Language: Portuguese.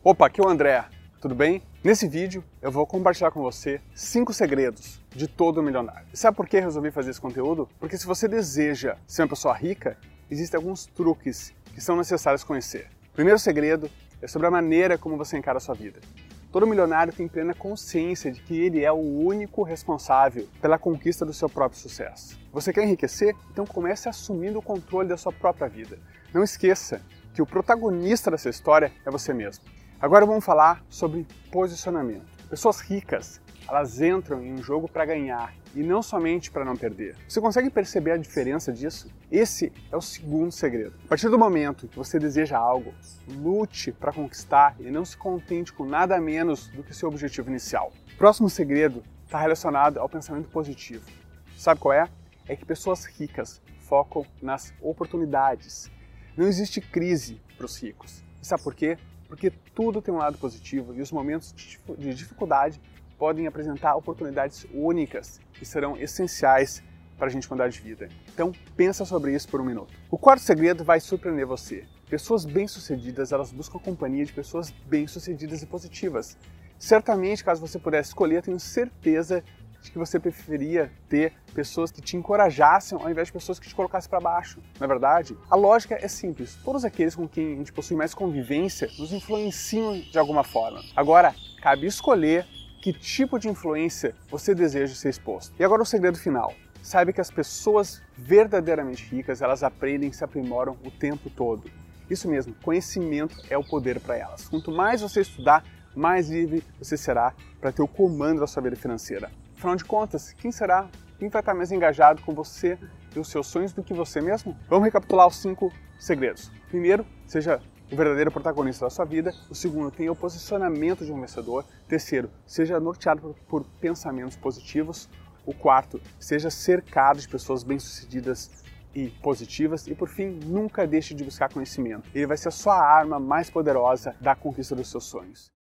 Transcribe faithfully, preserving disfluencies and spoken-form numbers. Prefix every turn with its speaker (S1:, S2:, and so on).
S1: Opa, aqui é o André, tudo bem? Nesse vídeo eu vou compartilhar com você cinco segredos de todo milionário. E sabe por que eu resolvi fazer esse conteúdo? Porque se você deseja ser uma pessoa rica, existem alguns truques que são necessários conhecer. O primeiro segredo é sobre a maneira como você encara a sua vida. Todo milionário tem plena consciência de que ele é o único responsável pela conquista do seu próprio sucesso. Você quer enriquecer? Então comece assumindo o controle da sua própria vida. Não esqueça que o protagonista dessa história é você mesmo. Agora vamos falar sobre posicionamento. Pessoas ricas, elas entram em um jogo para ganhar e não somente para não perder. Você consegue perceber a diferença disso? Esse é o segundo segredo. A partir do momento que você deseja algo, lute para conquistar e não se contente com nada menos do que seu objetivo inicial. O próximo segredo está relacionado ao pensamento positivo. Sabe qual é? É que pessoas ricas focam nas oportunidades. Não existe crise para os ricos. E sabe por quê? Porque tudo tem um lado positivo e os momentos de dificuldade podem apresentar oportunidades únicas que serão essenciais para a gente mudar de vida. Então, pensa sobre isso por um minuto. O quarto segredo vai surpreender você. Pessoas bem-sucedidas, elas buscam a companhia de pessoas bem-sucedidas e positivas. Certamente, caso você pudesse escolher, eu tenho certeza de que você preferia ter pessoas que te encorajassem ao invés de pessoas que te colocassem para baixo. Na verdade, a lógica é simples. Todos aqueles com quem a gente possui mais convivência nos influenciam de alguma forma. Agora, cabe escolher que tipo de influência você deseja ser exposto. E agora o segredo final. Saiba que as pessoas verdadeiramente ricas, elas aprendem e se aprimoram o tempo todo. Isso mesmo, conhecimento é o poder para elas. Quanto mais você estudar, mais livre você será para ter o comando da sua vida financeira. Afinal de contas, quem será? Quem vai estar mais engajado com você e os seus sonhos do que você mesmo? Vamos recapitular os cinco segredos. Primeiro, seja o verdadeiro protagonista da sua vida. O segundo, tenha o posicionamento de um vencedor. Terceiro, seja norteado por, por pensamentos positivos. O quarto, seja cercado de pessoas bem-sucedidas e positivas. E por fim, nunca deixe de buscar conhecimento. Ele vai ser a sua arma mais poderosa da conquista dos seus sonhos.